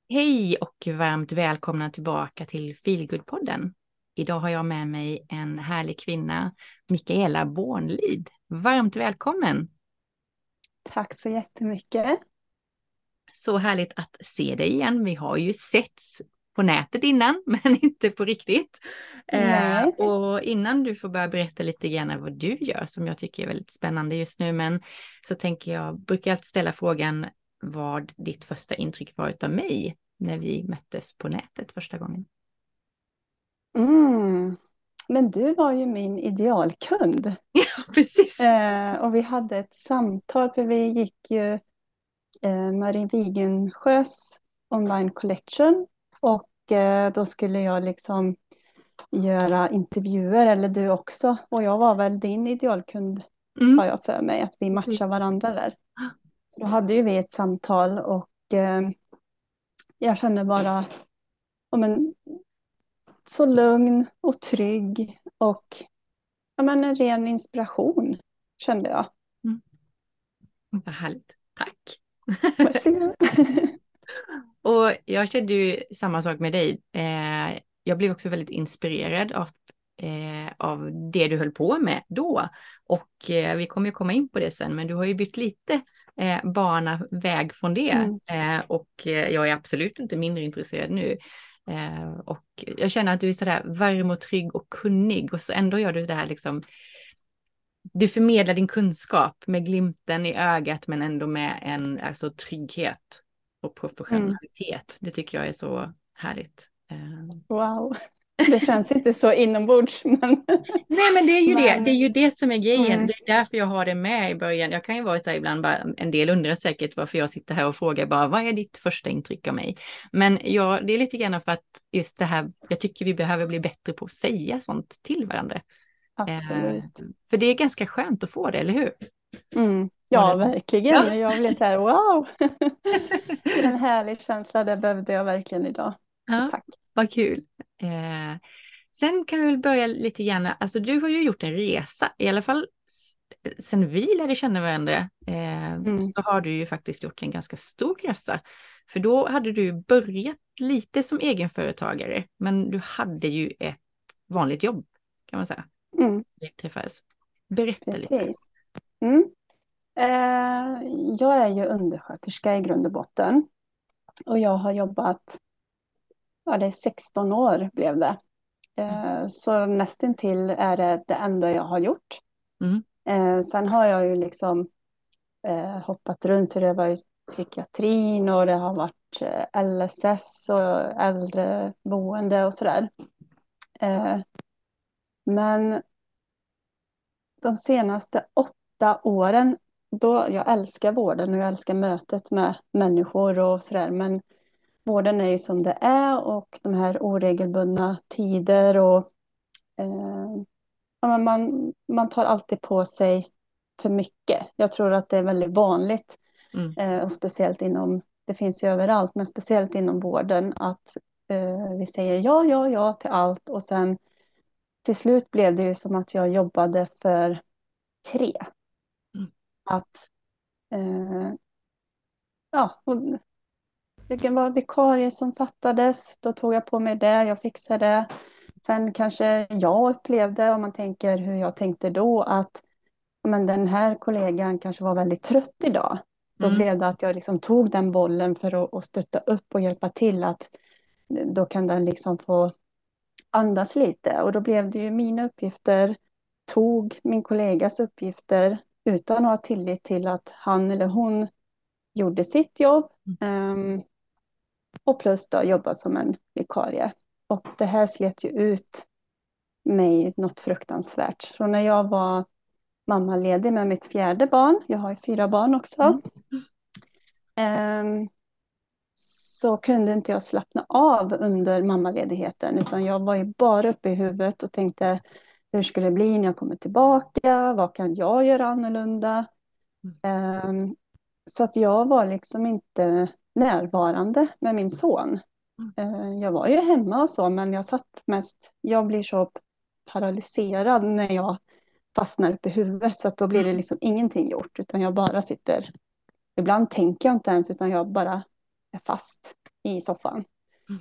Hej och varmt välkomna tillbaka till Feelgood-podden. Idag har jag med mig en härlig kvinna, Mikaela Bornlid. Varmt välkommen! Tack så jättemycket. Så härligt att se dig igen. Vi har ju setts på nätet innan, men inte på riktigt. Nej. Och innan du får börja berätta lite grann vad du gör, som jag tycker är väldigt spännande just nu, men så tänker jag, brukar alltid ställa frågan vad ditt första intryck var av mig när vi möttes på nätet första gången. Mm. Men du var ju min idealkund. Ja, precis. Och vi hade ett samtal för vi gick ju Marie Wigensjös online collection. Och då skulle jag liksom göra intervjuer, eller du också. Och jag var väl din idealkund, har Mm, jag för mig, att vi matchar precis. varandra där. Så då hade ju vi ett samtal och jag kände bara, ja, men, så lugn och trygg och ja, men en ren inspiration kände jag. Mm, vad härligt. Tack. Varsågod. Och jag kände ju samma sak med dig. Jag blev också väldigt inspirerad av det du höll på med då. Och vi kommer ju komma in på det sen, men du har ju bytt lite bana, väg från det. Mm. Jag är absolut inte mindre intresserad nu. Och jag känner att du är sådär varm och trygg och kunnig och så ändå gör du det här liksom. Du förmedlar din kunskap med glimten i ögat men ändå med en alltså, trygghet och Mm. professionalitet. Det tycker jag är så härligt. Wow, det känns inte så inombords men, Nej, men det är ju det. Det är men ju det som är grejen. mm, Det är därför jag har det med i början. Jag kan ju vara så här ibland, bara, en del undrar säkert varför jag sitter här och frågar bara, vad är ditt första intryck av mig? Men ja, det är lite grann för att just det här, jag tycker vi behöver bli bättre på att säga sånt till varandra. Eh, absolut. för det är ganska skönt att få det, eller hur? Mm. Håller Ja, du med? verkligen. Ja. Jag blev så här, wow. Det är en härlig känsla, det behövde jag verkligen idag. Så Ja, tack. vad kul. Eh, Sen kan vi väl börja lite grann, alltså du har ju gjort en resa, i alla fall sen vi lärde känna varandra, Mm. så har du ju faktiskt gjort en ganska stor resa. För då hade du börjat lite som egenföretagare, men du hade ju ett vanligt jobb, kan man säga. Mm. Vi träffades. Berätta lite. Precis. Mm. Jag är ju undersköterska i grund och botten och jag har jobbat, ja det är 16 år blev det. Så nästintill är det enda jag har gjort. Mm, Sen har jag ju liksom hoppat runt, så det var ju psykiatrin och det har varit LSS och äldreboende och sådär. Eh, men de senaste 8 åren, då jag älskar vården och jag älskar mötet med människor och sådär, men vården är ju som det är och de här oregelbundna tider och ja, men man tar alltid på sig för mycket. Jag tror att det är väldigt vanligt mm, och speciellt inom, det finns ju överallt, men speciellt inom vården att vi säger ja, ja, ja till allt och sen till slut blev det ju som att jag jobbade för tre. mm, Att eh, ja, och det var vikarie som fattades, då tog jag på mig det, jag fixade det. Sen kanske jag upplevde, om man tänker hur jag tänkte då, att men den här kollegan kanske var väldigt trött idag. Då mm, blev det att jag liksom tog den bollen för att stötta upp och hjälpa till att då kan den liksom få andas lite. Och då blev det ju mina uppgifter, tog min kollegas uppgifter utan att ha tillit till att han eller hon gjorde sitt jobb. Och plus då jobba som en vikarie. Och det här slet ju ut mig något fruktansvärt. Så när jag var mammaledig med mitt fjärde barn, jag har ju 4 barn också, mm, ehm, så kunde inte jag slappna av under mammaledigheten, utan jag var ju bara uppe i huvudet och tänkte hur skulle det bli när jag kommer tillbaka? Vad kan jag göra annorlunda? Ehm, så att jag var liksom inte närvarande med min son. mm, Jag var ju hemma och så, men jag satt mest, jag blir så paralyserad när jag fastnar upp i huvudet, så att då blir det mm. liksom ingenting gjort, utan jag bara sitter. Ibland tänker jag inte ens, utan jag bara är fast i soffan. Mm.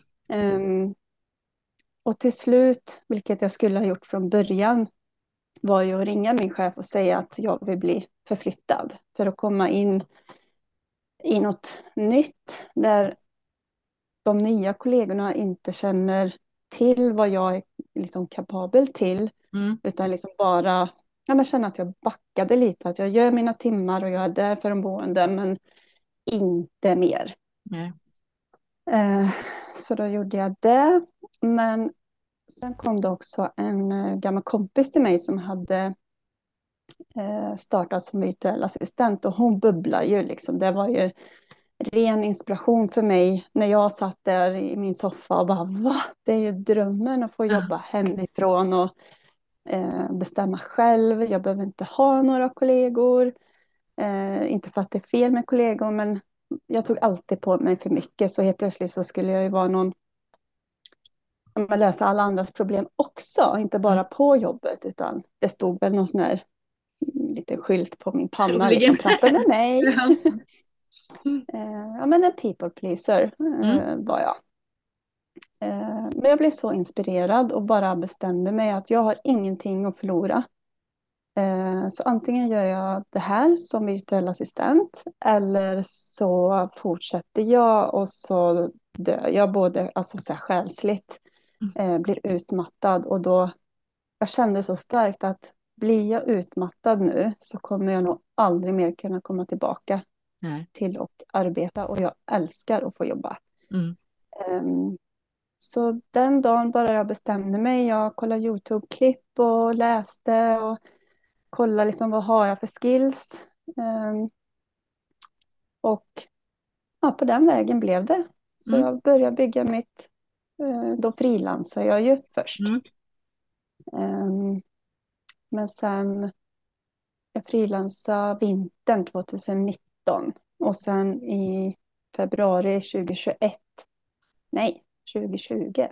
Och till slut, vilket jag skulle ha gjort från början, var ju att ringa min chef och säga att jag vill bli förflyttad för att komma in i något nytt där de nya kollegorna inte känner till vad jag är liksom kapabel till, Mm. utan liksom bara känner att jag backade lite, att jag gör mina timmar och jag är där för de boende, men inte mer. Nej. Så då gjorde jag det, men sen kom det också en gammal kompis till mig som hade startat som virtuell assistent, och hon bubblar ju liksom. Det var ju ren inspiration för mig när jag satt där i min soffa och bara, va? Det är ju drömmen att få jobba hemifrån och bestämma själv. Jag behöver inte ha några kollegor. Inte för att det är fel med kollegor, men jag tog alltid på mig för mycket, så helt plötsligt så skulle jag ju vara någon, lösa alla andras problem också, inte bara på jobbet, utan det stod väl någon sån här liten skylt på min panna, Troligen. liksom, prata med mig. Ja. Men en people pleaser Mm. var jag. Men jag blev så inspirerad och bara bestämde mig att jag har ingenting att förlora. Så antingen gör jag det här som virtuell assistent, eller så fortsätter jag och så dör jag både alltså så här själsligt, blir utmattad, och då jag kände så starkt att blir jag utmattad nu så kommer jag nog aldrig mer kunna komma tillbaka Nej. till att arbeta, och jag älskar att få jobba. Mm. Så den dagen bara jag bestämde mig, jag kollade YouTube-klipp och läste och kollade liksom vad har jag för skills. Och ja, på den vägen blev det. Så Mm. jag började bygga mitt, då frilansade jag ju först. Mm. Men sen jag frilansade vintern 2019, och sen i februari 2021, nej 2020.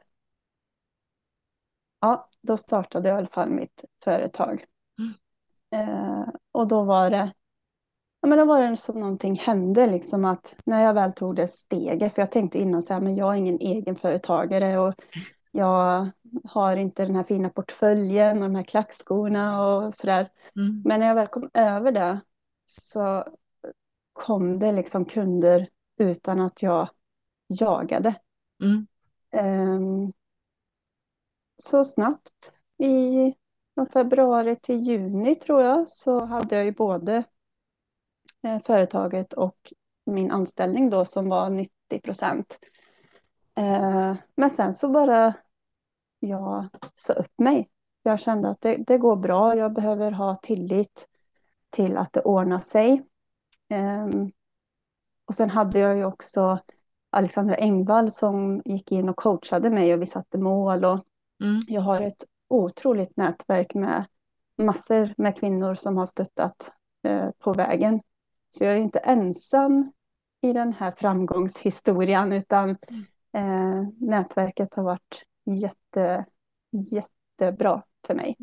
Ja, då startade jag i alla fall mitt företag. Och då var det, då var det som någonting hände, liksom att när jag väl tog det steget, för jag tänkte innan så här, men jag är ingen egenföretagare och jag har inte den här fina portföljen och de här klackskorna och sådär. Mm. Men när jag väl kom över det så kom det liksom kunder utan att jag jagade. Mm. Så snabbt från februari till juni tror jag, så hade jag ju både företaget och min anställning då, som var 90%. Men sen så bara jag sa upp mig. Jag kände att det går bra. Jag behöver ha tillit till att det ordnar sig. Och sen hade jag ju också Alexandra Engvall som gick in och coachade mig, och vi satte mål, och Mm. jag har ett otroligt nätverk med massor med kvinnor som har stöttat på vägen. Så jag är inte ensam i den här framgångshistorien, utan nätverket har varit jättebra för mig.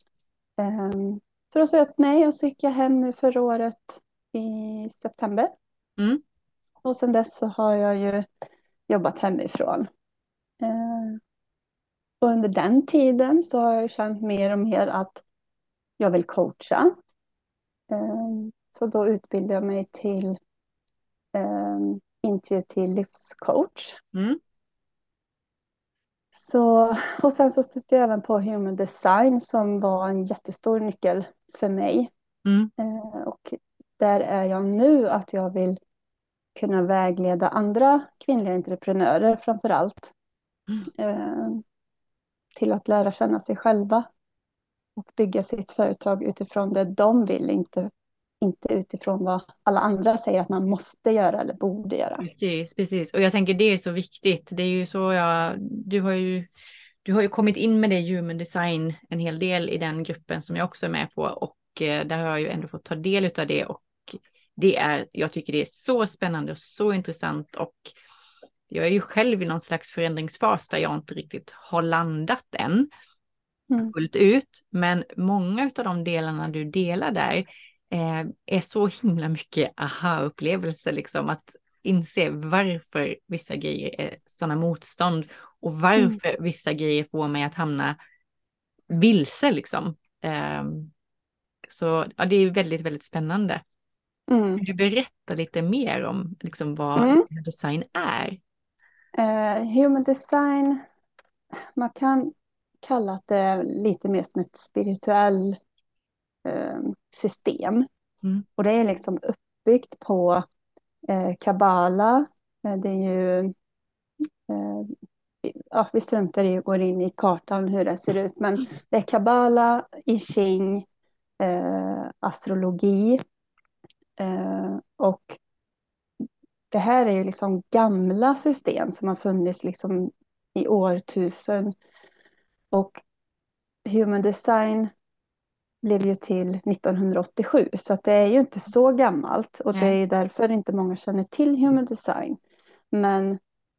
Så då sa jag upp mig och så gick jag hem nu förra året i september. Mm. Och sen dess så har jag ju jobbat hemifrån. Och under den tiden så har jag känt mer och mer att jag vill coacha. Så då utbildade jag mig till intuitiv livscoach. Mm. Och sen så stötte jag även på human design som var en jättestor nyckel för mig. Mm. Och där är jag nu, att jag vill kunna vägleda andra kvinnliga entreprenörer framför allt. Till att lära känna sig själva och bygga sitt företag utifrån det de vill, inte utifrån vad alla andra säger att man måste göra eller borde göra. Precis. Och jag tänker det är så viktigt. Det är ju så du har ju kommit in med det human design en hel del i den gruppen som jag också är med på, och där har jag ju ändå fått ta del av det, och jag tycker det är så spännande och så intressant, och jag är ju själv i någon slags förändringsfas där jag inte riktigt har landat än fullt ut, men många av de delarna du delar där är så himla mycket aha-upplevelser, liksom att inse varför vissa grejer är sådana motstånd och Mm. varför vissa grejer får mig att hamna vilse liksom. Så ja, det är väldigt, väldigt spännande. Mm. Kan du berätta lite mer om liksom, vad Mm. human design är? Human design, man kan kalla det lite mer som ett spirituellt system. Mm. Och det är liksom uppbyggt på kabbala. Det är ju, ja, vi struntar i att gå in i kartan hur det ser ut, men det är kabbala, i ching, astrologi. Och det här är ju liksom gamla system som har funnits liksom i årtusen. Och human design blev ju till 1987, så att det är ju inte så gammalt. Och det är Nej. ju därför inte många känner till human design. Men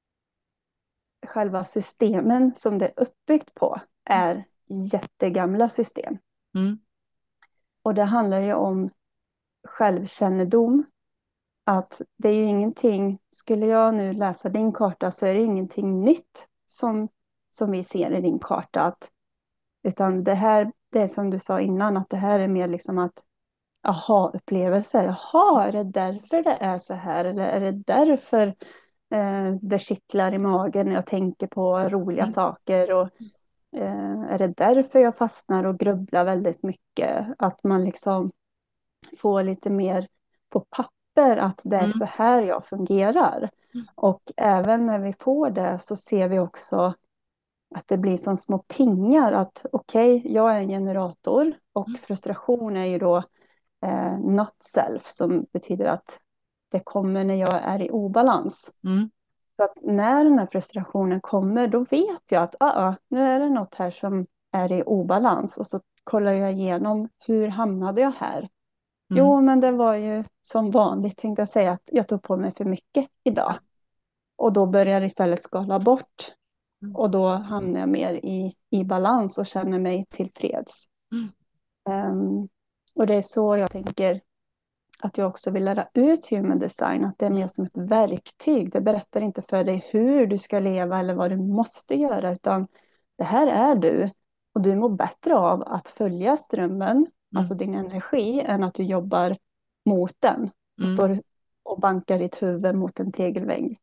själva systemen som det är uppbyggt på är jättegamla system. Mm. Och det handlar ju om självkännedom. Att det är ju ingenting, skulle jag nu läsa din karta så är det ingenting nytt som vi ser i din karta. Utan det här, det är som du sa innan, att det här är mer liksom att aha-upplevelser. Jaha, är det därför det är så här? Eller är det därför det kittlar i magen när jag tänker på roliga Mm. saker? Och är det därför jag fastnar och grubblar väldigt mycket? Att man liksom får lite mer på papper att det är Mm. så här jag fungerar. Mm. Och även när vi får det så ser vi också att det blir som små pingar att okej, jag är en generator och frustration är ju då not self som betyder att det kommer när jag är i obalans. Mm. Så att när den här frustrationen kommer då vet jag att nu är det något här som är i obalans och så kollar jag igenom hur hamnade jag här? Mm. Jo, men det var ju som vanligt tänkte jag säga att jag tog på mig för mycket idag. Och då börjar jag istället skala bort. Mm. Och då hamnar jag mer i balans och känner mig tillfreds. Mm. Och det är så jag tänker att jag också vill lära ut human design. Att det är mer som ett verktyg. Det berättar inte för dig hur du ska leva eller vad du måste göra. Utan det här är du. Och du mår bättre av att följa strömmen, alltså Mm. din energi, än att du jobbar mot den. Och Mm. står och bankar ditt huvud mot en tegelvägg.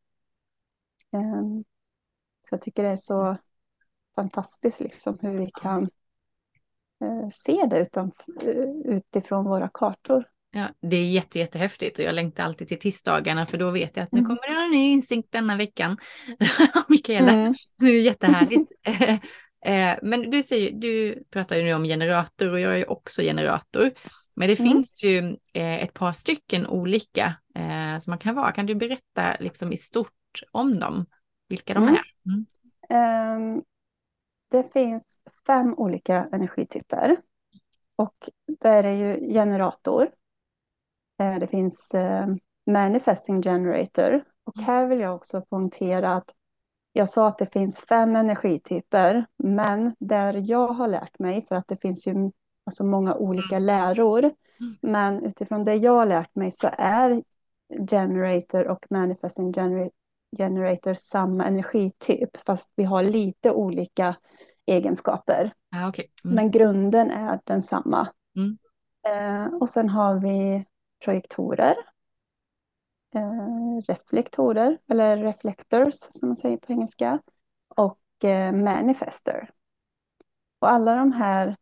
Så jag tycker det är så fantastiskt liksom hur vi kan se det utifrån våra kartor. Ja, det är jättehäftigt och jag längtar alltid till tisdagarna för då vet jag att nu Mm. kommer det en ny insikt denna veckan. Mikaela, Mm. det är jättehärligt. Men du pratar ju nu om generator och jag är ju också generator. Men det Mm. finns ju ett par stycken olika som man kan vara. Kan du berätta liksom i stort om dem? Vilka de Mm. är? Mm. Det finns 5 olika energityper. Och där är ju generator. Det finns manifesting generator. Och här vill jag också poängtera att jag sa att det finns 5 energityper. Men där jag har lärt mig, för att det finns ju alltså många olika läror. Men utifrån det jag har lärt mig så är generator och manifesting generator samma energityp. Fast vi har lite olika egenskaper. Ah, okay. Mm. Men grunden är densamma. Mm. Och sen har vi projektorer. Reflektorer, eller reflectors som man säger på engelska. Och manifester. Och alla de här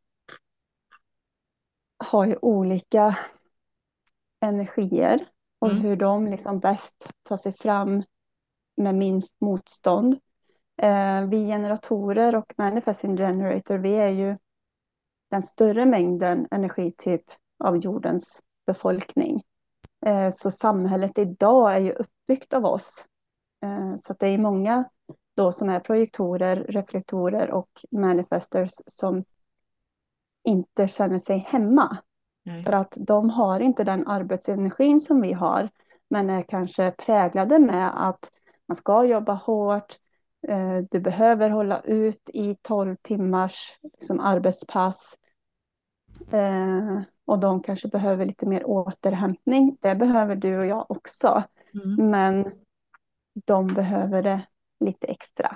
har ju olika energier. Och Mm. hur de liksom bäst tar sig fram med minst motstånd. Vi generatorer och manifesting generator, vi är ju den större mängden energityp av jordens befolkning. Så samhället idag är ju uppbyggt av oss. Så att det är många då som är projektorer, reflektorer och manifestors som inte känner sig hemma. Nej. För att de har inte den arbetsenergin som vi har. Men är kanske präglade med att man ska jobba hårt. Du behöver hålla ut i 12 timmars liksom, arbetspass. Och de kanske behöver lite mer återhämtning. Det behöver du och jag också. Mm. Men de behöver det lite extra.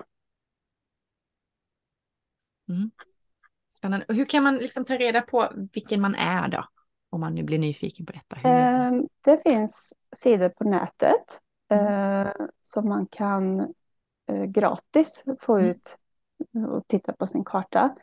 Mm. Spännande. Och hur kan man liksom ta reda på vilken man är då? Om man nu blir nyfiken på detta. Hur? Det finns sidor på nätet Mm. som man kan gratis få Mm. ut och titta på sin karta.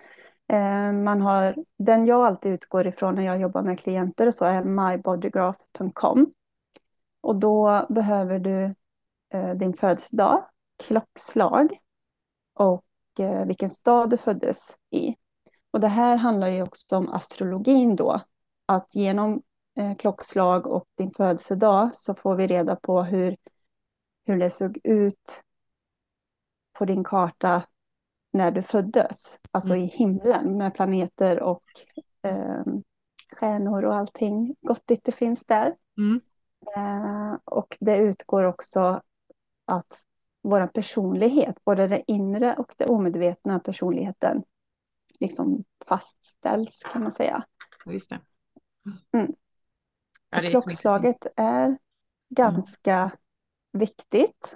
Den jag alltid utgår ifrån när jag jobbar med klienter så är mybodygraph.com. Och då behöver du din födelsedag, klockslag och vilken stad du föddes i. Och det här handlar ju också om astrologin då. Att genom klockslag och din födelsedag så får vi reda på hur det såg ut på din karta när du föddes. Alltså Mm. i himlen med planeter och eh, stjärnor och allting gottigt det finns där. Mm. Och det utgår också att vår personlighet, både det inre och det omedvetna personligheten, liksom fastställs kan man säga. Just det. Mm. Ja, Och det är så intressant. klockslaget är Mm. ganska viktigt.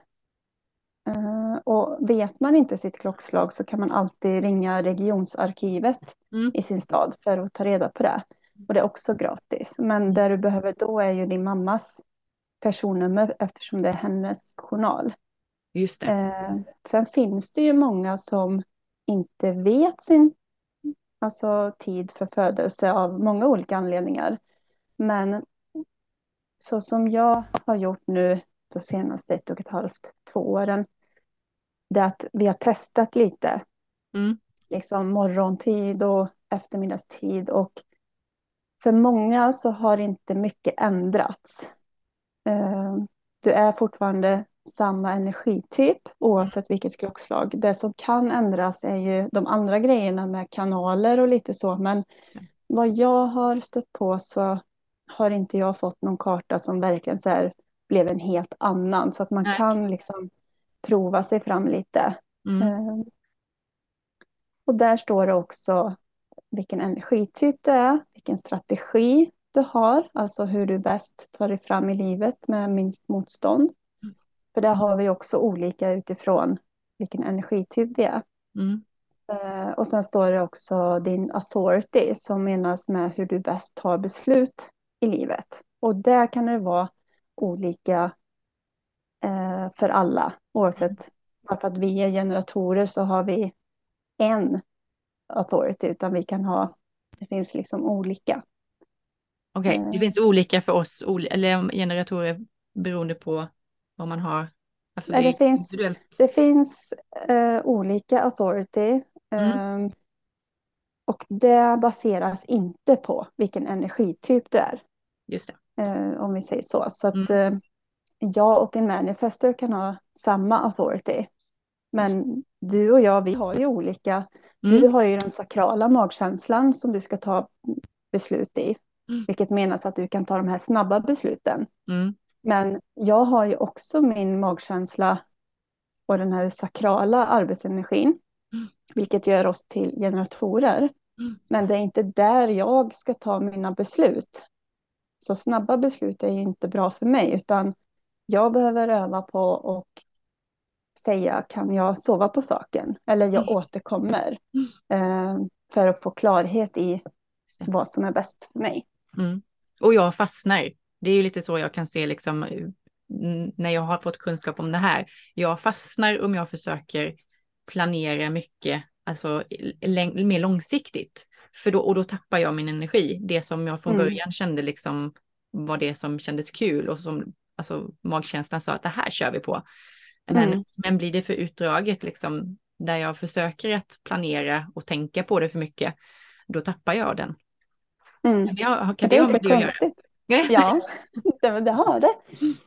Och vet man inte sitt klockslag så kan man alltid ringa regionsarkivet Mm. i sin stad för att ta reda på det. Och det är också gratis. Men det du behöver då är ju din mammas personnummer eftersom det är hennes journal. Just det. Sen finns det ju många som inte vet sin tid för födelse av många olika anledningar. Men så som jag har gjort nu de senaste 1,5-2 åren, det är att vi har testat lite, Mm. liksom morgontid och eftermiddagstid. Och för många så har inte mycket ändrats. Du är fortfarande samma energityp oavsett vilket klockslag. Det som kan ändras är ju de andra grejerna med kanaler och lite så. Men Just det. vad jag har stött på så har inte jag fått någon karta som verkligen så här blev en helt annan. Så att man Nej. kan liksom prova sig fram lite. Mm. Eh, Och där står det också vilken energityp du är, vilken strategi du har, alltså hur du bäst tar dig fram i livet med minst motstånd. För där har vi också olika utifrån vilken energityp vi är. Mm. Och sen står det också din authority som menas med hur du bäst tar beslut i livet. Och där kan det vara olika för alla. Oavsett, bara för att vi är generatorer så har vi en authority, utan vi kan ha, det finns liksom olika. Okej, det finns olika för oss, eller generatorer beroende på vad man har. Alltså det Det är finns, individuellt. det finns olika authority. Mm. Och det baseras inte på vilken energityp du är. Just det. Om vi säger så. Så att Mm. jag och en manifester kan ha samma authority. Just. Men du och jag, vi har ju olika. Mm. Du har ju den sakrala magkänslan som du ska ta beslut i. Mm. Vilket menas att du kan ta de här snabba besluten. Mm. Men jag har ju också min magkänsla och den här sakrala arbetsenergin. Mm. Vilket gör oss till generatorer. Mm. Men det är inte där jag ska ta mina beslut. Så snabba beslut är ju inte bra för mig. Utan jag behöver öva på och säga, kan jag sova på saken? Eller jag återkommer. För att få klarhet i Just det. vad som är bäst för mig. Mm. Och jag fastnar. Det är ju lite så jag kan se liksom när jag har fått kunskap om det här. Jag fastnar om jag försöker planera mycket, alltså mer långsiktigt. För då, och då tappar jag min energi. Det som jag från början kände liksom var det som kändes kul och som alltså magkänslan sa att det här kör vi på. Men blir det för utdraget liksom där jag försöker att planera och tänka på det för mycket, då tappar jag den. Mm. Kan Det det är ha inte med det att göra? konstigt. Ja, det har det.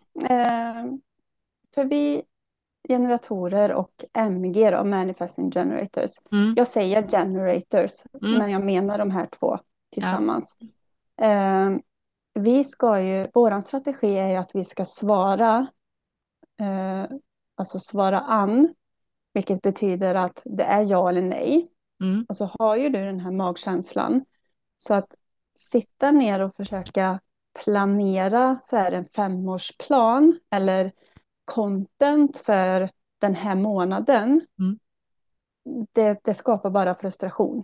För vi generatorer och MG då, manifesting generators. Mm. Jag säger generators, Mm. men jag menar de här två Ja. tillsammans. Vi ska ju, våran strategi är ju att vi ska svara, alltså svara an, vilket betyder att det är ja eller nej. Mm. Och så har ju du den här magkänslan. Så att sitta ner och försöka planera så här en 5-årsplan eller content för den här månaden, Mm. det skapar bara frustration.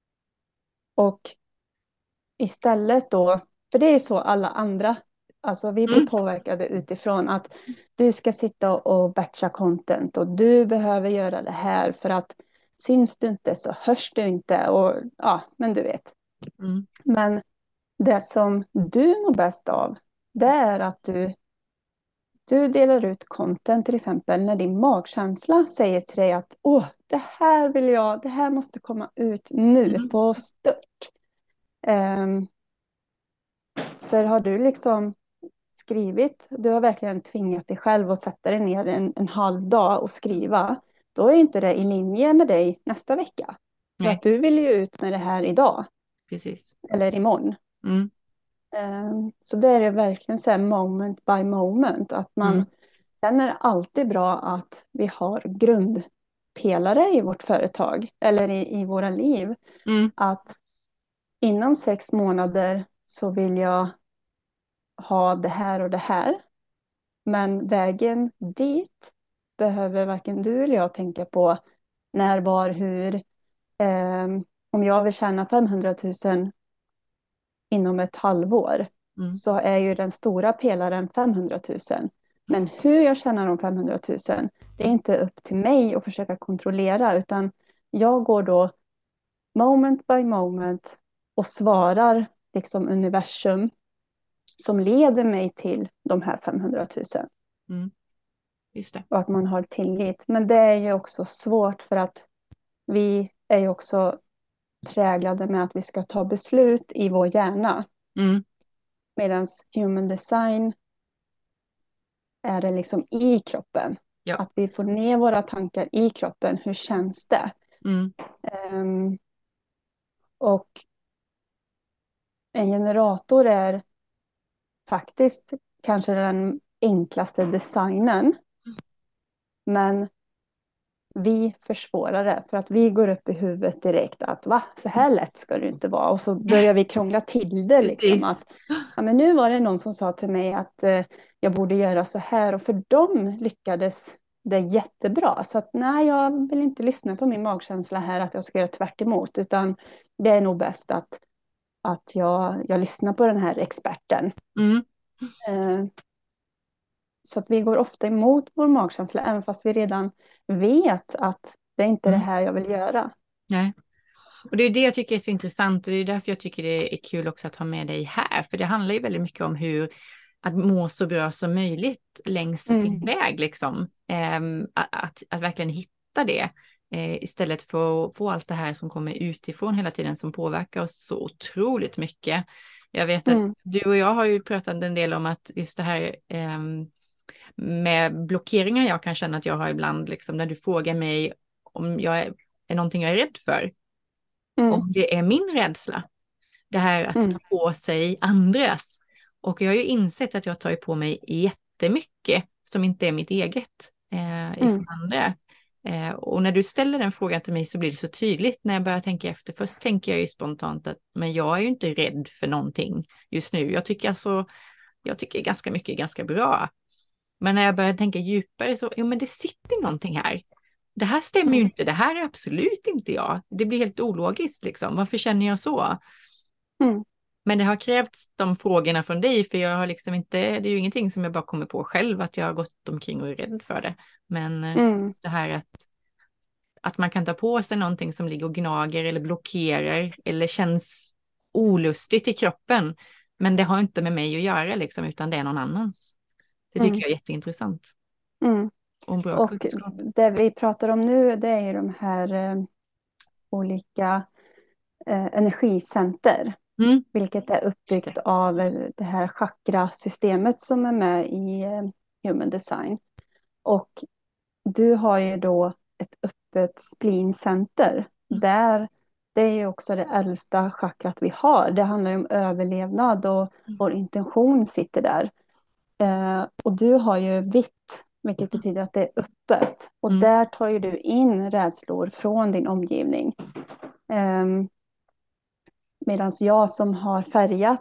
Och istället då, för det är ju så alla andra, alltså vi blir Mm. påverkade utifrån att du ska sitta och batcha content och du behöver göra det här för att syns du inte så hörs du inte och ja, men du vet. Mm. Men det som du mår bäst av, det är att du delar ut content till exempel när din magkänsla säger till dig att åh, det här vill jag, det här måste komma ut nu Mm. på stört. Ehm, för har du liksom skrivit, du har verkligen tvingat dig själv att sätta dig ner en halv dag och skriva, då är inte det i linje med dig nästa vecka. För Nej, att du vill ju ut med det här idag precis. eller imorgon. Mm. Så det är det verkligen så här moment by moment. Att Mm. sen är det alltid bra att vi har grundpelare i vårt företag eller i våra liv. Mm. Att inom 6 månader så vill jag ha det här och det här. Men vägen dit behöver varken du eller jag tänka på när, var, hur. Om jag vill tjäna 500 000 inom ett halvår Mm. så är ju den stora pelaren 500 000. Men hur jag tjänar de 500 000, det är inte upp till mig att försöka kontrollera, utan jag går då moment by moment och svarar liksom universum som leder mig till de här 500 000. Mm. Just det. Och att man har tillit. Men det är ju också svårt för att vi är ju också präglade med att vi ska ta beslut i vår hjärna. Mm. Medan human design är det liksom i kroppen. Ja. Att vi får ner våra tankar i kroppen. Hur känns det? Mm. Ehm, och en generator är faktiskt kanske den enklaste designen. Men vi försvårar det för att vi går upp i huvudet direkt att va, så här lätt ska det inte vara. Och så börjar vi krångla till det liksom. Precis. Att, ja, men nu var det någon som sa till mig att jag borde göra så här och för dem lyckades det jättebra. Så att nej, jag vill inte lyssna på min magkänsla här att jag ska göra tvärt emot, utan det är nog bäst att jag lyssnar på den här experten. Mm. Eh, så att vi går ofta emot vår magkänsla även fast vi redan vet att det är inte det Mm. här jag vill göra. Nej. Och det är det jag tycker är så intressant och det är därför jag tycker det är kul också att ha med dig här. För det handlar ju väldigt mycket om hur att må så bra som möjligt längs sin Mm. väg liksom. Att verkligen hitta det. Istället för att få allt det här som kommer utifrån hela tiden som påverkar oss så otroligt mycket. Jag vet att Mm. du och jag har ju pratat en del om att just det här med blockeringar jag kan känna att jag har ibland, liksom, när du frågar mig om jag är någonting jag är rädd för. Mm. Om det är min rädsla. Det här att ta Mm. på sig andras. Och jag har ju insett att jag tar på mig jättemycket som inte är mitt eget ifrån Mm. andra. Och när du ställer den frågan till mig så blir det så tydligt när jag börjar tänka efter. Först tänker jag ju spontant att men jag är ju inte rädd för någonting just nu. Jag tycker ganska mycket är ganska bra. Men när jag börjar tänka djupare så, jo men det sitter någonting här. Det här stämmer ju Mm. inte, det här är absolut inte jag. Det blir helt ologiskt liksom, varför känner jag så? Mm. Men det har krävts de frågorna från dig, för jag har liksom inte, det är ju ingenting som jag bara kommer på själv, att jag har gått omkring och är rädd för det. Men Mm. just det här att man kan ta på sig någonting som ligger och gnager eller blockerar eller känns olustigt i kroppen. Men det har inte med mig att göra liksom, utan det är någon annans. Det tycker Mm. jag är jätteintressant. Mm. Och en bra Och kunskap. det vi pratar om nu, det är ju de här olika energicenter, Mm, vilket är just uppbyggt det. av det här chakrasystemet som är med i Human Design. Och du har ju då ett öppet splincenter där det är ju också det äldsta chakrat vi har. Det handlar ju om överlevnad och vår intention sitter där. Och du har ju vitt, vilket betyder att det är öppet. Och Mm, där tar ju du in rädslor från din omgivning. Medan jag som har färgat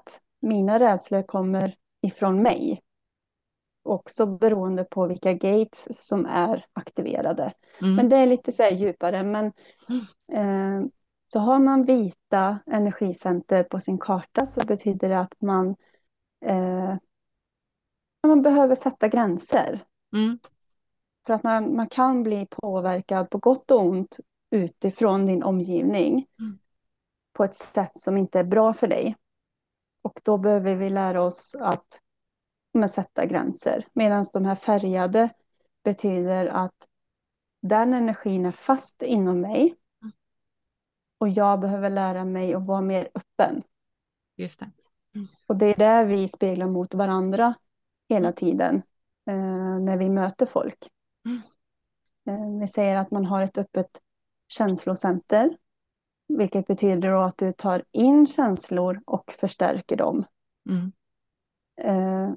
mina rädslor kommer ifrån mig. Också beroende på vilka gates som är aktiverade. Mm. Men det är lite så här djupare. Men Mm. så har man vita energicenter på sin karta så betyder det att eh, man behöver sätta gränser. Mm. För att man kan bli påverkad på gott och ont utifrån din omgivning Mm. på ett sätt som inte är bra för dig. Och då behöver vi lära oss att sätta gränser. Medan de här färgade betyder att den energin är fast inom mig och jag behöver lära mig att vara mer öppen. Just det. Mm. Och det är där vi speglar mot varandra hela tiden när vi möter folk. Mm. Vi säger att man har ett öppet känslocenter, vilket betyder då att du tar in känslor och förstärker dem. Mm. Eh,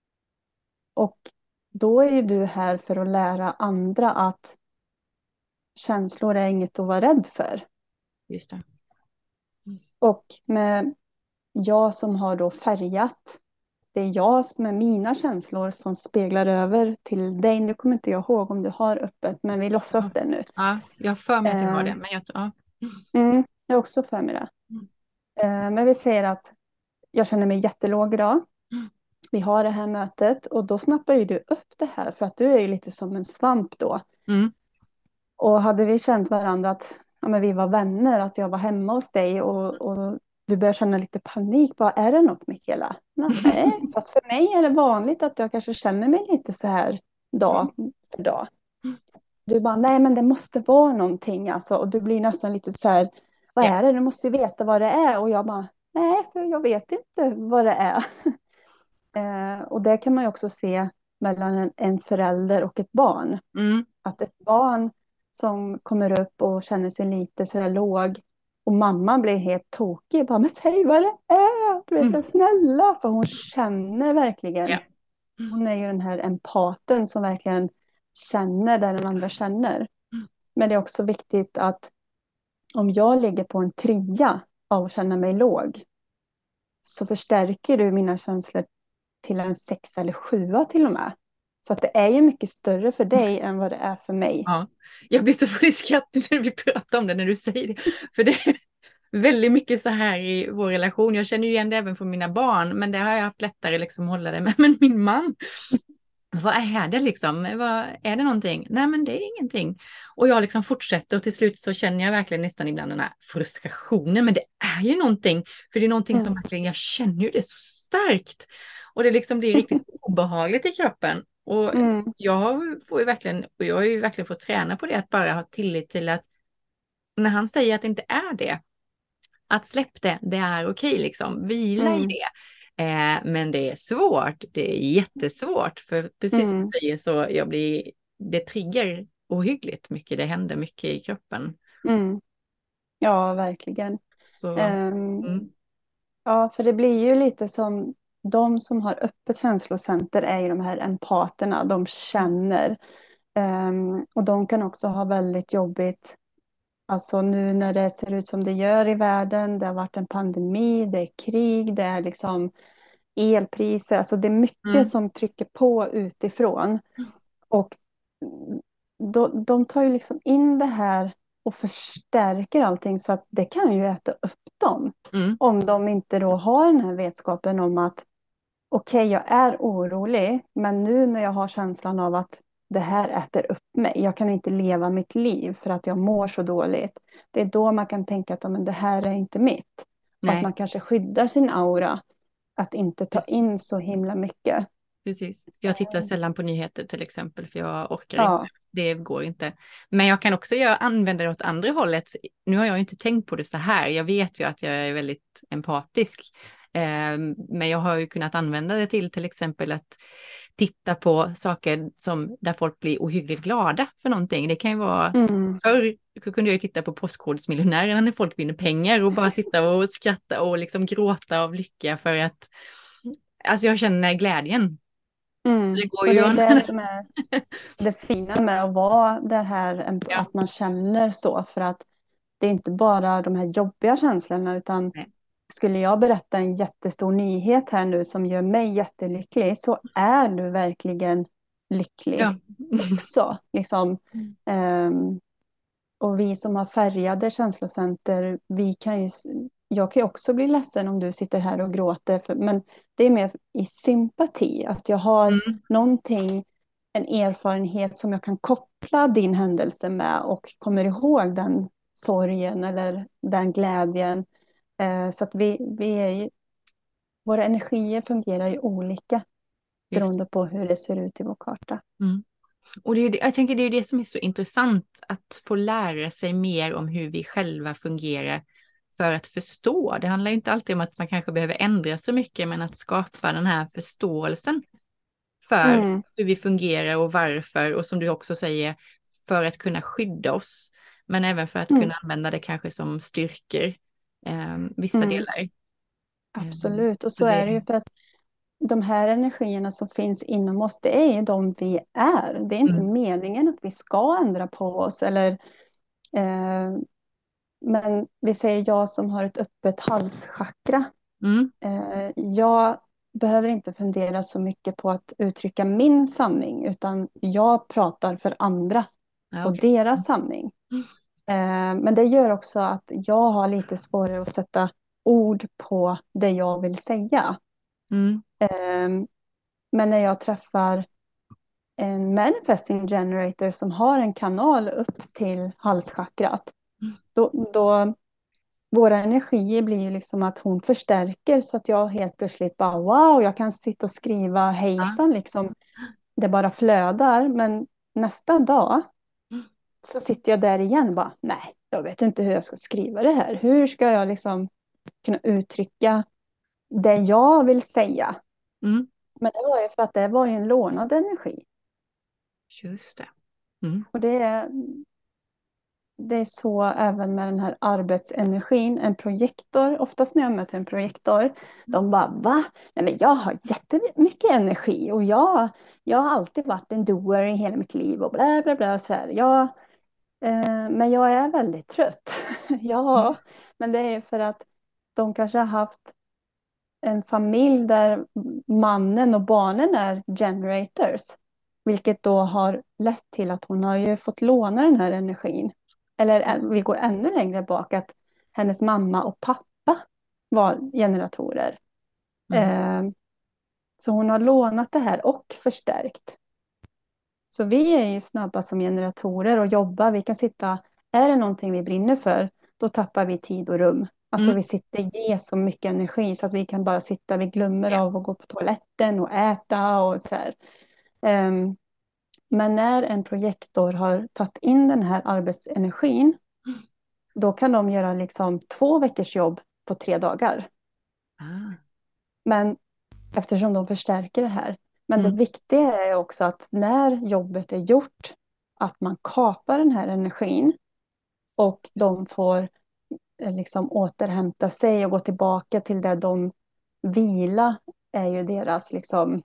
och då är ju du här för att lära andra att känslor är inget att vara rädd för. Just det. Och med jag som har då färgat, det är jag med mina känslor som speglar över till dig. Nu kommer inte jag ihåg om du har öppet, men vi låtsas det nu. Ja, jag har för mig att jag har Eh, det. Men ja. jag är också för mig det. Mm. Men vi säger att jag känner mig jättelåg idag. Mm. Vi har det här mötet och då snappar ju du upp det här för att du är ju lite som en svamp då. Mm. Och hade vi känt varandra att men vi var vänner, att jag var hemma hos dig och du börjar känna lite panik. Bara, är det något Mikaela? Nej, fast för mig är det vanligt att jag kanske känner mig lite så här dag för dag. Du bara, nej men det måste vara någonting alltså. Och du blir nästan lite så här, vad Ja. är det? Du måste ju veta vad det är. Och jag bara, nej för jag vet inte vad det är. Och det kan man ju också se mellan en förälder och ett barn. Mm. Att ett barn som kommer upp och känner sig lite så här låg och mamman blir helt tokig. Bara, men säg vad det är. Du är så snälla. För hon känner verkligen. Ja. Hon är ju den här empaten som verkligen känner det den andra känner. Men det är också viktigt att om jag ligger på en 3 av att känna mig låg så förstärker du mina känslor till en 6 eller 7 till och med. Så att det är ju mycket större för dig än vad det är för mig. Ja. Jag blir så full i skratt när vi pratar om det, när du säger det. För det är väldigt mycket så här i vår relation. Jag känner ju igen det även från mina barn, men det har jag haft lättare liksom att hålla det med. Men min man, vad är det liksom? Är det någonting? Nej, men det är ingenting. Och jag liksom fortsätter och till slut så känner jag verkligen nästan ibland den här frustrationen. Men det är ju någonting, för det är någonting som verkligen, jag känner ju det så starkt. Och det liksom blir riktigt obehagligt i kroppen. Och jag har ju verkligen fått träna på det, att bara ha tillit till att när han säger att det inte är det, att släpp det, det är okej liksom, vila i det. Men det är svårt, det är jättesvårt, för precis som du säger så det triggar ohyggligt mycket, det händer mycket i kroppen. Ja, verkligen. Så, Ja, för det blir ju lite som de som har öppet känslocenter är ju de här empaterna, de känner. Och de kan också ha väldigt jobbigt, alltså nu när det ser ut som det gör i världen, det har varit en pandemi, det är krig, det är liksom elpriser, alltså det är mycket som trycker på utifrån. Och de tar ju liksom in det här och förstärker allting så att det kan ju äta upp dem. Om de inte då har den här vetskapen om att okej, jag är orolig, men nu när jag har känslan av att det här äter upp mig, jag kan inte leva mitt liv för att jag mår så dåligt. Det är då man kan tänka att men det här är inte mitt. Och att nej, man kanske skyddar sin aura, att inte ta precis. in så himla mycket. Precis. Jag tittar sällan på nyheter till exempel, för jag orkar inte. Ja. Det går inte. Men jag kan också använda det åt andra hållet. Nu har jag ju inte tänkt på det så här. Jag vet ju att jag är väldigt empatisk. Men jag har ju kunnat använda det till exempel att titta på saker där folk blir ohyggligt glada för någonting. Det kan ju vara, förr kunde jag ju titta på Postkodmiljonärerna när folk vinner pengar och bara sitta och skratta och liksom gråta av lycka för att, alltså jag känner glädjen. Det går Och ju det är att det som är det fina med att vara det här, ja. att man känner så. För att det är inte bara de här jobbiga känslorna, utan Nej. skulle jag berätta en jättestor nyhet här nu som gör mig jättelycklig, så är du verkligen lycklig Ja. också. Liksom, ehm, och vi som har färgade känslocenter, jag kan ju också bli ledsen om du sitter här och gråter, men det är mer i sympati, att jag har Mm, någonting, en erfarenhet som jag kan koppla din händelse med och kommer ihåg den sorgen eller den glädjen. Så att vi är ju, våra energier fungerar ju olika just. beroende på hur det ser ut i vår karta. Mm. Och det är ju jag tänker det är det som är så intressant, att få lära sig mer om hur vi själva fungerar för att förstå. Det handlar ju inte alltid om att man kanske behöver ändra så mycket, men att skapa den här förståelsen för Mm, hur vi fungerar och varför. Och som du också säger, för att kunna skydda oss, men även för att mm, kunna använda det kanske som styrkor, vissa mm. delar. Eh, Absolut, och så så det, är det ju, för att de här energierna som finns inom oss, det är ju de vi är. Det är inte mm, meningen att vi ska ändra på oss. Eh, men vi säger jag som har ett öppet halschakra. mm, Jag behöver inte fundera så mycket på att uttrycka min sanning, utan jag pratar för andra ja, och okej. deras sanning. Men det gör också att jag har lite svårare att sätta ord på det jag vill säga. Mm, Eh, Men när jag träffar en manifesting generator som har en kanal upp till halschakrat, mm, då våra energier blir ju liksom att hon förstärker, så att jag helt plötsligt bara wow, jag kan sitta och skriva ja, hejsan liksom. Det bara flödar, men nästa dag mm, så sitter jag där igen bara nej, jag vet inte hur jag ska skriva det här. Hur ska jag liksom kunna uttrycka det jag vill säga? mm, Men det var ju för att det var ju en lånad energi. just det. Mm, Och det är så även med den här arbetsenergin. En projektor, oftast när jag möter en projektor, de bara va? Nej, men jag har jättemycket energi och jag har alltid varit en doer i hela mitt liv och bla bla bla. Så här. Men jag är väldigt trött. Ja, men det är för att de kanske har haft en familj där mannen och barnen är generators. Vilket då har lett till att hon har ju fått låna den här energin. Eller vi går ännu längre bak, att hennes mamma och pappa var generatorer. mm, Eh, så hon har lånat det här och förstärkt. Så vi är ju snabba som generatorer och jobbar. Vi kan sitta, är det någonting vi brinner för, då tappar vi tid och rum. Alltså mm, vi sitter, ger så mycket energi så att vi kan bara sitta, vi glömmer ja, av att gå på toaletten och äta och så här. Ehm, men när en projektor har tagit in den här arbetsenergin, då kan de göra liksom 2 veckors jobb på 3 dagar. ah, Men eftersom de förstärker det här. Men det mm, viktiga är också att när jobbet är gjort, att man kapar den här energin och de får liksom återhämta sig och gå tillbaka till det de vila är ju deras liksom,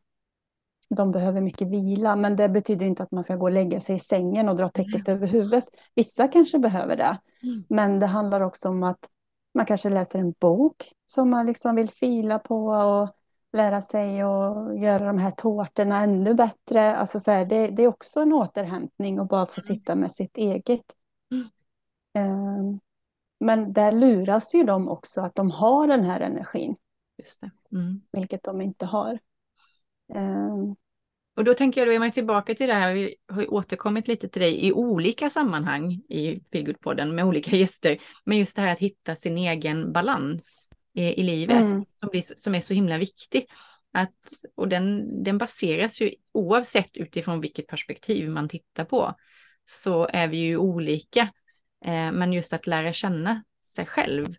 de behöver mycket vila, men det betyder inte att man ska gå och lägga sig i sängen och dra täcket över huvudet. Vissa kanske behöver det, mm, men det handlar också om att man kanske läser en bok som man liksom vill fila på och lära sig och göra de här tårtorna ännu bättre. Alltså så här, det är också en återhämtning och bara få sitta med sitt eget. mm, Ehm, Men där luras ju de också att de har den här energin, just det. Mm. vilket de inte har. Ehm, Och då tänker jag, då är man tillbaka till det här, vi har ju återkommit lite till dig i olika sammanhang i Feelgood-podden med olika gäster, men just det här att hitta sin egen balans i livet mm, som är så himla viktig. Och den baseras ju oavsett utifrån vilket perspektiv man tittar på, så är vi ju olika. Men just att lära känna sig själv.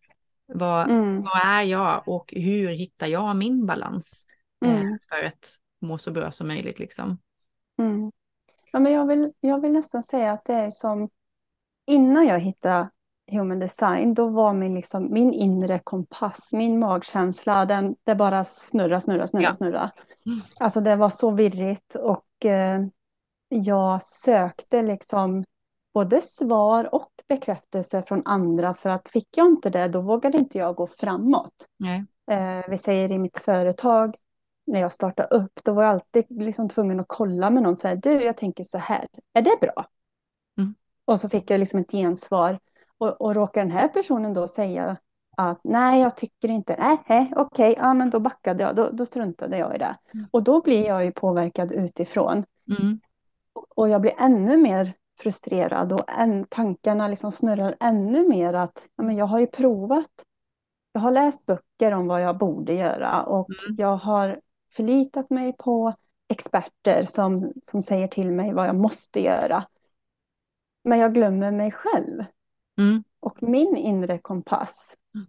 mm, Vad är jag och hur hittar jag min balans mm, för att må så bra som möjligt liksom. mm. Ja, men jag vill nästan säga att det är som innan jag hittade Human Design, då var min inre kompass, min magkänsla, det bara snurra, snurra, snurra, Ja. snurra. Mm. Alltså det var så virrigt och jag sökte liksom både svar och bekräftelse från andra, för att fick jag inte det, då vågade inte jag gå framåt. Nej. Vi säger i mitt företag, när jag startade upp, då var jag alltid liksom tvungen att kolla med någon, så här, du, jag tänker så här, är det bra? Mm. Och så fick jag liksom ett gensvar. Och råkar den här personen då säga att nej, jag tycker inte, nej, okej, ja, men då backade jag, då struntade jag i det. Mm. Och då blir jag ju påverkad utifrån. Mm. Och jag blir ännu mer frustrerad och tankarna liksom snurrar ännu mer att ja, men jag har ju provat. Jag har läst böcker om vad jag borde göra och Mm. jag har förlitat mig på experter som säger till mig vad jag måste göra. Men jag glömmer mig själv Mm. och min inre kompass. Mm.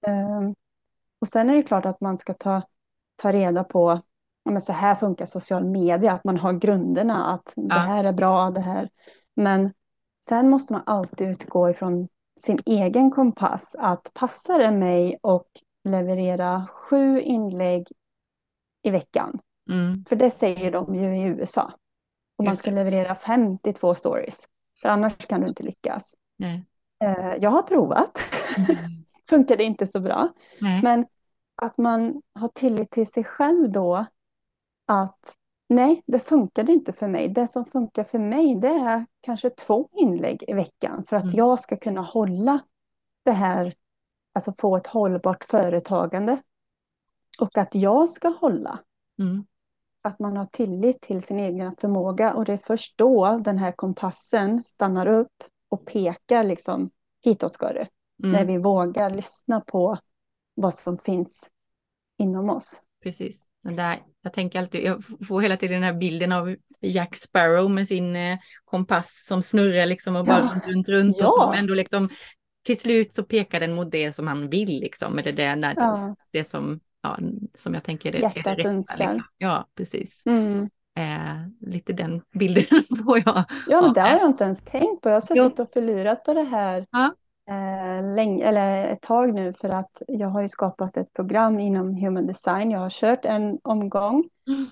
Och sen är det klart att man ska ta reda på, ja, men så här funkar social media, att man har grunderna, att det Ja. här är bra, det här. Men sen måste man alltid utgå ifrån sin egen kompass, att passar det mig och leverera 7 inlägg i veckan? Mm. För det säger de ju i USA. Och man Just ska det. leverera 52 stories. För annars kan du inte lyckas. Nej. Jag har provat. Mm. Funkade inte så bra. Nej. Men att man har tillit till sig själv då. Att nej, det funkade inte för mig. Det som funkar för mig, det är kanske 2 inlägg i veckan. För att Mm. jag ska kunna hålla det här. Alltså få ett hållbart företagande. Och att jag ska hålla. Mm. Att man har tillit till sin egen förmåga. Och det är först då den här kompassen stannar upp och pekar liksom hitåt ska du. När Mm. vi vågar lyssna på vad som finns inom oss. Precis. Men där, jag tänker alltid, jag får hela tiden den här bilden av Jack Sparrow med sin kompass som snurrar liksom och bara Ja, runt och som ja, ändå liksom till slut så pekar den mot det som han vill liksom. Med ja. det som, ja, som jag tänker är det Hjärtat rätta liksom. önskar. Ja, precis. Mm. Lite den bilden får jag Ja, men ha det har med. jag inte ens tänkt på. Jag har Jo. suttit och förlurat på det här Ja. länge, eller ett tag nu, för att jag har ju skapat ett program inom human design. Jag har kört en omgång. Mm.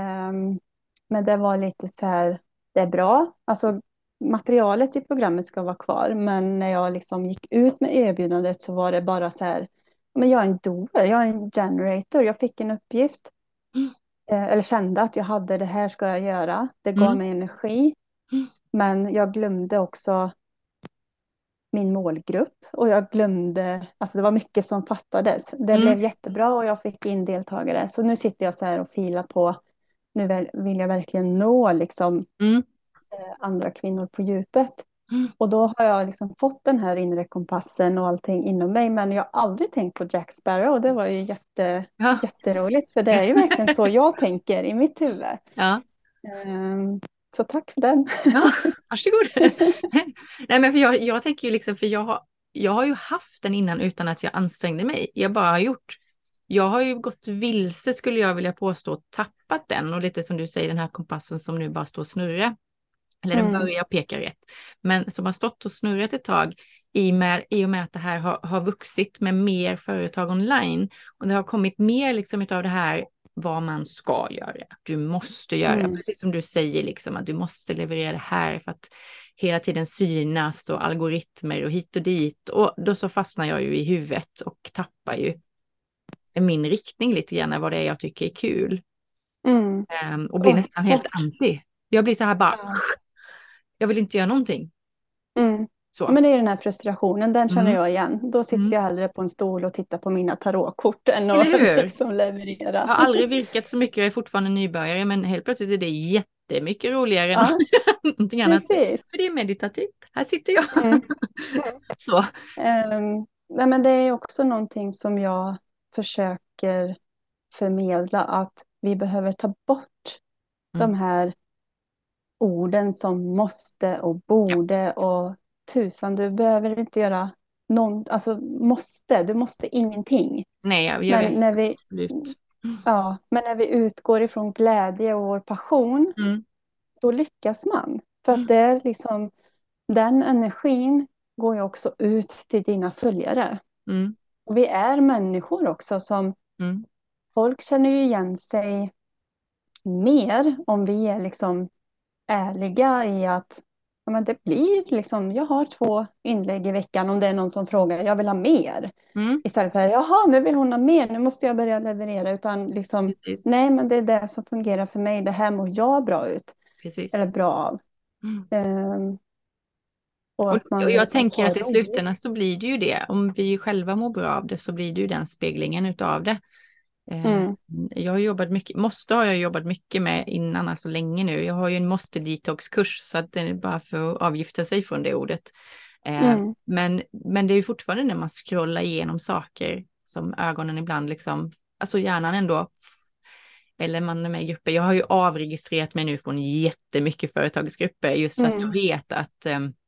Men det var lite så här, det är bra. Alltså materialet i programmet ska vara kvar. Men när jag liksom gick ut med erbjudandet så var det bara så här, men jag är en doer, jag är en generator. Jag fick en uppgift. Mm. Eller kände att jag hade det här ska jag göra. Det gav Mm. mig energi. Mm. Men jag glömde också min målgrupp. Och jag glömde, alltså det var mycket som fattades. Det Mm. blev jättebra och jag fick in deltagare. Så nu sitter jag så här och filar på, nu vill jag verkligen nå liksom Mm. andra kvinnor på djupet. Mm. Och då har jag liksom fått den här inre kompassen och allting inom mig. Men jag har aldrig tänkt på Jack Sparrow. Det var ju Ja. jätteroligt. För det är ju verkligen så jag tänker i mitt huvud. Ja. Så tack för den. Ja, varsågod. Nej, men för jag tänker ju liksom, för jag har ju haft den innan utan att jag ansträngde mig. Jag har ju gått vilse skulle jag vilja påstå, och tappat den. Och lite som du säger, den här kompassen som nu bara står och snurrar. Eller den Mm. börjar peka rätt. Men som har stått och snurrat ett tag i och med att det här har vuxit med mer företag online. Och det har kommit mer liksom utav det här vad man ska göra. Du måste göra, Mm. precis som du säger, liksom, att du måste leverera det här för att hela tiden synas och algoritmer och hit och dit. Och då så fastnar jag ju i huvudet och tappar ju min riktning lite grann, vad det är jag tycker är kul. Mm. Och blir nästan helt Och, anti. Jag blir så här bara, ja. jag vill inte göra någonting. Mm. Ja, Så. men det är den här frustrationen, den känner Mm. jag igen. Då sitter Mm. jag hellre på en stol och tittar på mina tarotkort än att Eller hur? liksom leverera. Jag har aldrig virkat så mycket, jag är fortfarande nybörjare, men helt plötsligt är det jättemycket roligare än Ja, någonting annat. precis. För det är meditativt. Här sitter jag. Mm. Så. Nej, men det är också någonting som jag försöker förmedla, att vi behöver ta bort Mm. de här orden som måste och Ja. borde och tusan, du behöver inte göra alltså du måste ingenting. Nej, jag Men vet. när vi, Absolut. men när vi utgår ifrån glädje och vår passion, Mm. då lyckas man. För att Mm. det är liksom, den energin går ju också ut till dina följare. Mm. Och vi är människor också som Mm. folk känner ju igen sig mer om vi är liksom ärliga i att ja, men det blir liksom, jag har 2 inlägg i veckan om det är någon som frågar, jag vill ha mer. Mm, Istället för, jaha, nu vill hon ha mer, nu måste jag börja leverera. Utan liksom, precis. nej, men det är det som fungerar för mig, det här mår jag bra ut, eller Precis. bra av. Mm. Ehm, och Och att man jag liksom tänker har att i roligt. slutändan så blir det ju det. Om vi själva mår bra av det så blir det ju den speglingen utav det. Eh, Mm, jag har jobbat mycket, måste har jag jobbat mycket med innan, alltså länge nu. Jag har ju en måste detox-kurs så att det är bara för att avgifta sig från det ordet. mm, Men det är ju fortfarande när man scrollar igenom saker som ögonen ibland liksom, alltså hjärnan ändå, eller man är med i grupper. Jag har ju avregistrerat mig nu från jättemycket företagsgrupper just för att jag mm, vet att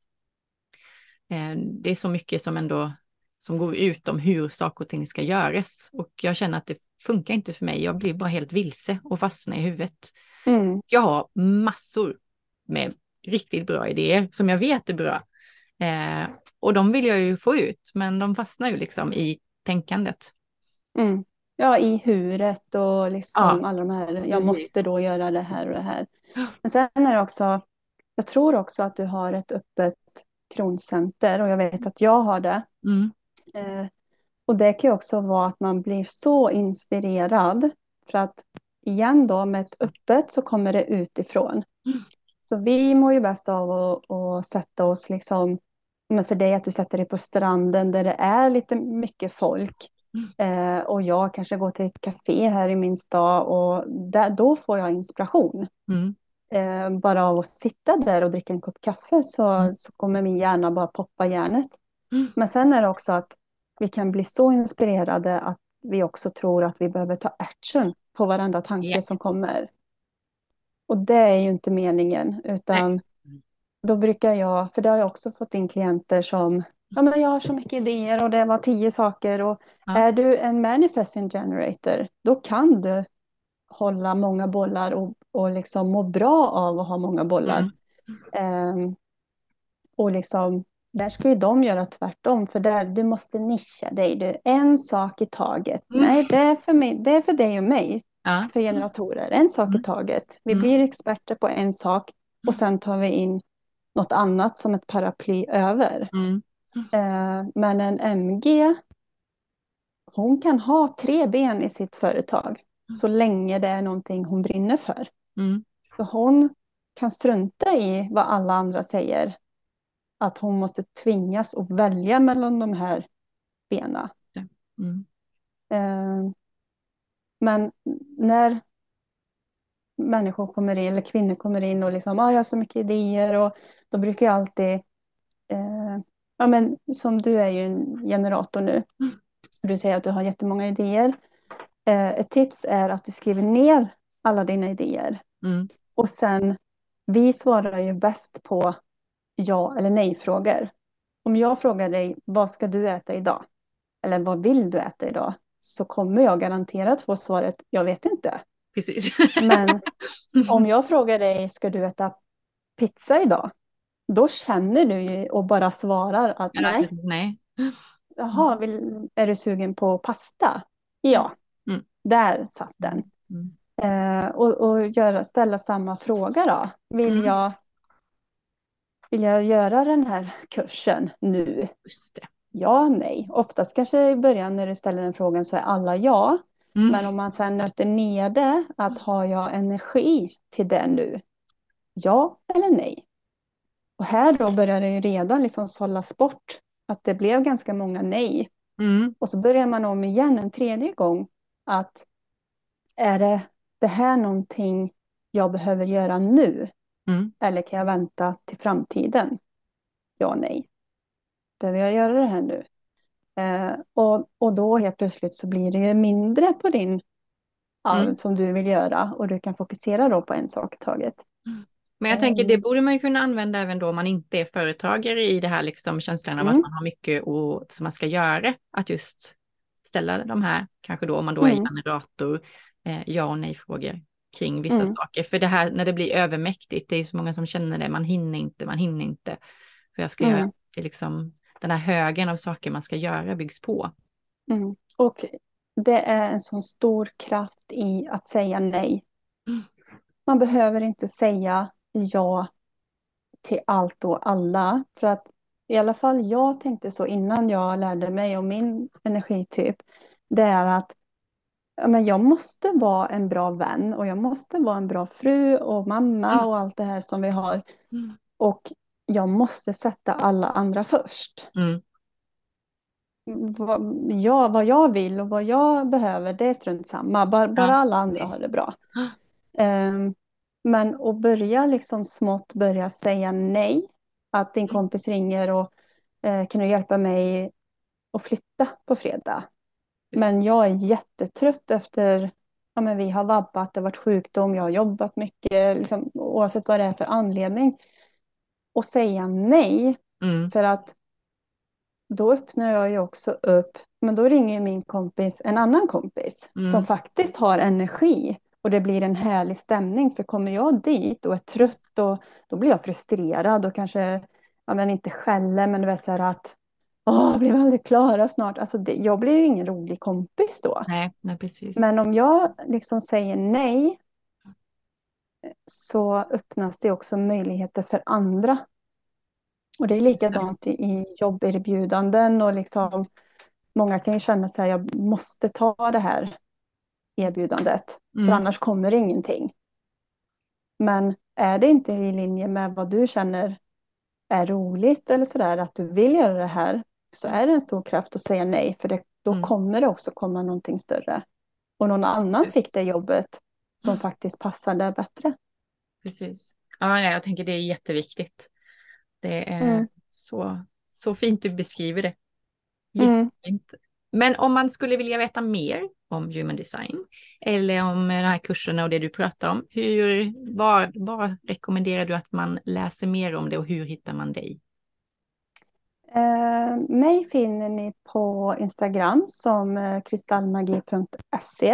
det är så mycket som ändå som går ut om hur saker och ting ska göras. Och jag känner att det funkar inte för mig. Jag blir bara helt vilse och fastnar i huvudet. mm, Jag har massor med riktigt bra idéer som jag vet är bra. Och de vill jag ju få ut, men de fastnar ju liksom i tänkandet. mm. Ja, i huret och Ja, liksom alla de här, jag måste precis. då göra det här och det här. Men sen är det också, jag tror också att du har ett öppet kroncenter och jag vet att jag har det. Mm, Eh, och det kan ju också vara att man blir så inspirerad för att igen då med ett öppet så kommer det utifrån. mm, Så vi mår ju bäst av att sätta oss liksom, men för dig att du sätter dig på stranden där det är lite mycket folk. Och jag kanske går till ett café här i min stad och där, då får jag inspiration. mm, Bara av att sitta där och dricka en kopp kaffe mm, så kommer min hjärna bara poppa hjärnet. mm. Men sen är det också att vi kan bli så inspirerade att vi också tror att vi behöver ta action på varenda Ja, tanke som kommer. Och det är ju inte meningen, nej. utan då brukar jag, för det har jag också fått in klienter som, ja men jag har så mycket idéer och det var 10 saker och Ja. är du en manifesting generator, då kan du hålla många bollar och liksom må bra av att ha många bollar. Mm, Ehm, och liksom, där ska ju de göra tvärtom, för där du måste nischa dig. Du, en sak i taget. mm. Nej, det är för mig, det är för dig och mig, Ja. för generatorer. En sak i Mm, taget. Vi mm, blir experter på en sak och sen tar vi in något annat som ett paraply över. mm, Men en MG, hon kan ha 3 ben i sitt företag så länge det är någonting hon brinner för. mm, Så hon kan strunta i vad alla andra säger. Att hon måste tvingas att välja mellan de här benen. ja, mm, Eh, Men när människor kommer in, eller kvinnor kommer in och liksom, jag har så mycket idéer och då brukar jag alltid, ja men som du är ju en generator nu, du säger att du har jättemånga idéer. Ett tips är att du skriver ner alla dina idéer. mm, Och sen, vi svarar ju bäst på ja eller nej-frågor. Om jag frågar dig, vad ska du äta idag? Eller vad vill du äta idag? Så kommer jag garanterat få svaret, jag vet inte. precis. Men om jag frågar dig, ska du äta pizza idag? Då känner du ju och bara svarar att Ja, nej. precis, nej. Jaha, är du sugen på pasta? Ja, Mm, där satt den. mm, mm, Och ställa samma fråga då. mm. Vill jag göra den här kursen nu? Just det. Ja, nej. Oftast kanske i början när du ställer den frågan så är alla ja. Mm, Men om man sen nöter ner det, att har jag energi till det nu? Ja eller nej? Och här då börjar det ju redan liksom sållas bort. Att det blev ganska många nej. mm, Och så börjar man om igen en tredje gång. Att är det här någonting jag behöver göra nu? mm, Eller kan jag vänta till framtiden? Ja, nej. Behöver jag göra det här nu? Och då helt plötsligt så blir det ju mindre på din mm. som du vill göra och du kan fokusera då på en sak i taget. Men jag tänker det Mm. borde man ju kunna använda även då om man inte är företagare i det här liksom känslan av att Mm. man har mycket som man ska göra. Att just ställa de här, kanske då om man då är Mm. generator, ja och nej-frågor kring vissa Mm. saker. För det här när det blir övermäktigt, det är ju så många som känner det, man hinner inte. För jag ska göra, Mm. det är liksom den här högen av saker man ska göra byggs på. Mm. Och det är en sån stor kraft i att säga nej. Mm, Man behöver inte säga ja till allt och alla. För att i alla fall jag tänkte så innan jag lärde mig om min energityp. Det är att ja, men jag måste vara en bra vän och jag måste vara en bra fru och mamma Mm. och allt det här som vi har. Mm. Och jag måste sätta alla andra först. Mm. Vad jag vill och vad jag behöver, det är strunt samma. Bara Ja, alla andra har precis. det bra. Men att börja liksom smått börja säga nej. Att din Mm. kompis ringer och kan du hjälpa mig att flytta på fredag? Just det. Men jag är jättetrött efter, ja men vi har vabbat, det har varit sjukdom, jag har jobbat mycket, liksom, oavsett vad det är för anledning. Och säga nej, Mm. för att då öppnar jag ju också upp, men då ringer ju min kompis en annan kompis som Mm. faktiskt har energi. Och det blir en härlig stämning, för kommer jag dit och är trött och då blir jag frustrerad och kanske, ja men inte skäller, men du vet så här att jag blir aldrig klara snart. Alltså jag blir ju ingen rolig kompis då. Nej, nej, precis. Men om jag liksom säger nej så öppnas det också möjligheter för andra. Och det är Just det. likadant i jobberbjudanden och liksom många kan ju känna sig jag måste ta det här erbjudandet för Mm. annars kommer det ingenting. Men är det inte i linje med vad du känner är roligt eller sådär att du vill göra det här så Just är det en stor kraft att säga nej för då det. Mm. kommer det också komma någonting större. Och någon annan fick det jobbet som faktiskt passade bättre. Precis. Ja, nej, jag tänker det är jätteviktigt. Det är Mm. så fint du beskriver det. Mm. Jättefint. Men om man skulle vilja veta mer om human design eller om de här kurserna och det du pratar om, vad rekommenderar du att man läser mer om det och hur hittar man dig? Mig finner ni på Instagram som kristallmagi.se.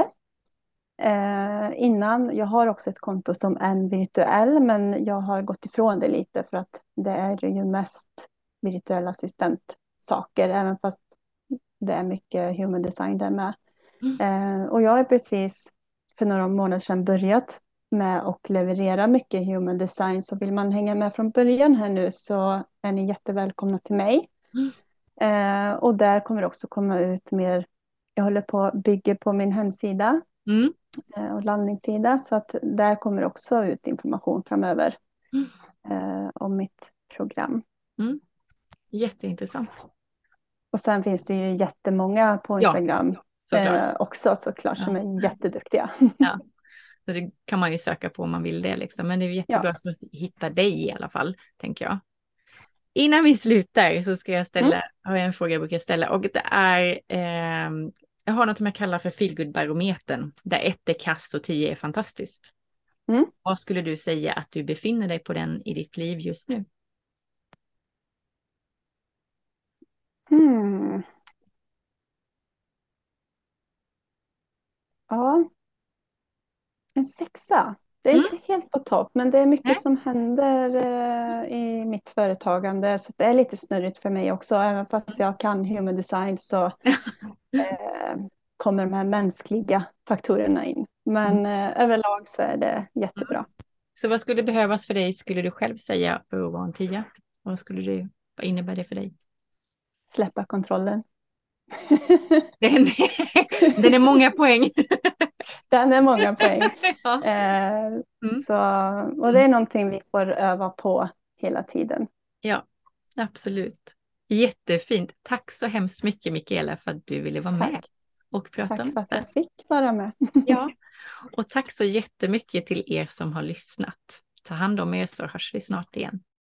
Jag har också ett konto som en virtuell, men jag har gått ifrån det lite för att det är ju mest virtuell assistent-saker, även fast det är mycket human design där med. Och jag har precis för några månader sedan börjat med att leverera mycket human design, så vill man hänga med från början här nu så är ni jättevälkomna till mig. Och där kommer det också komma ut mer, jag håller på att bygga på min hemsida Mm. och landningssida. Så att där kommer också ut information framöver om mitt program. Mm. Jätteintressant. Och sen finns det ju jättemånga på Ja, Instagram såklart. också såklart som Ja. är jätteduktiga. Ja. Så det kan man ju söka på om man vill det liksom. Men det är jättebra Ja. att hitta dig i alla fall, tänker jag. Innan vi slutar så ska jag har jag en fråga jag brukar ställa och det är, jag har något som jag kallar för feelgood-barometern, där 1 är kass och 10 är fantastiskt. Mm. Vad skulle du säga att du befinner dig på den i ditt liv just nu? Hmm. Ja, en 6. Det är Mm. inte helt på topp, men det är mycket Nej. som händer i mitt företagande. Så det är lite snurrigt för mig också. Även fast jag kan human design så kommer de här mänskliga faktorerna in. Men överlag så är det jättebra. Så vad skulle behövas för dig, skulle du själv säga, för att vara en 10? Vad innebär det för dig? Släppa kontrollen. Den, den är många poäng. Den är många poäng. Ja. Så, och det är någonting vi får öva på hela tiden. Ja, absolut. Jättefint. Tack så hemskt mycket, Mikaela, för att du ville vara med Tack. och prata Tack om för att det. jag fick vara med. Ja, och tack så jättemycket till er som har lyssnat. Ta hand om er så hörs vi snart igen.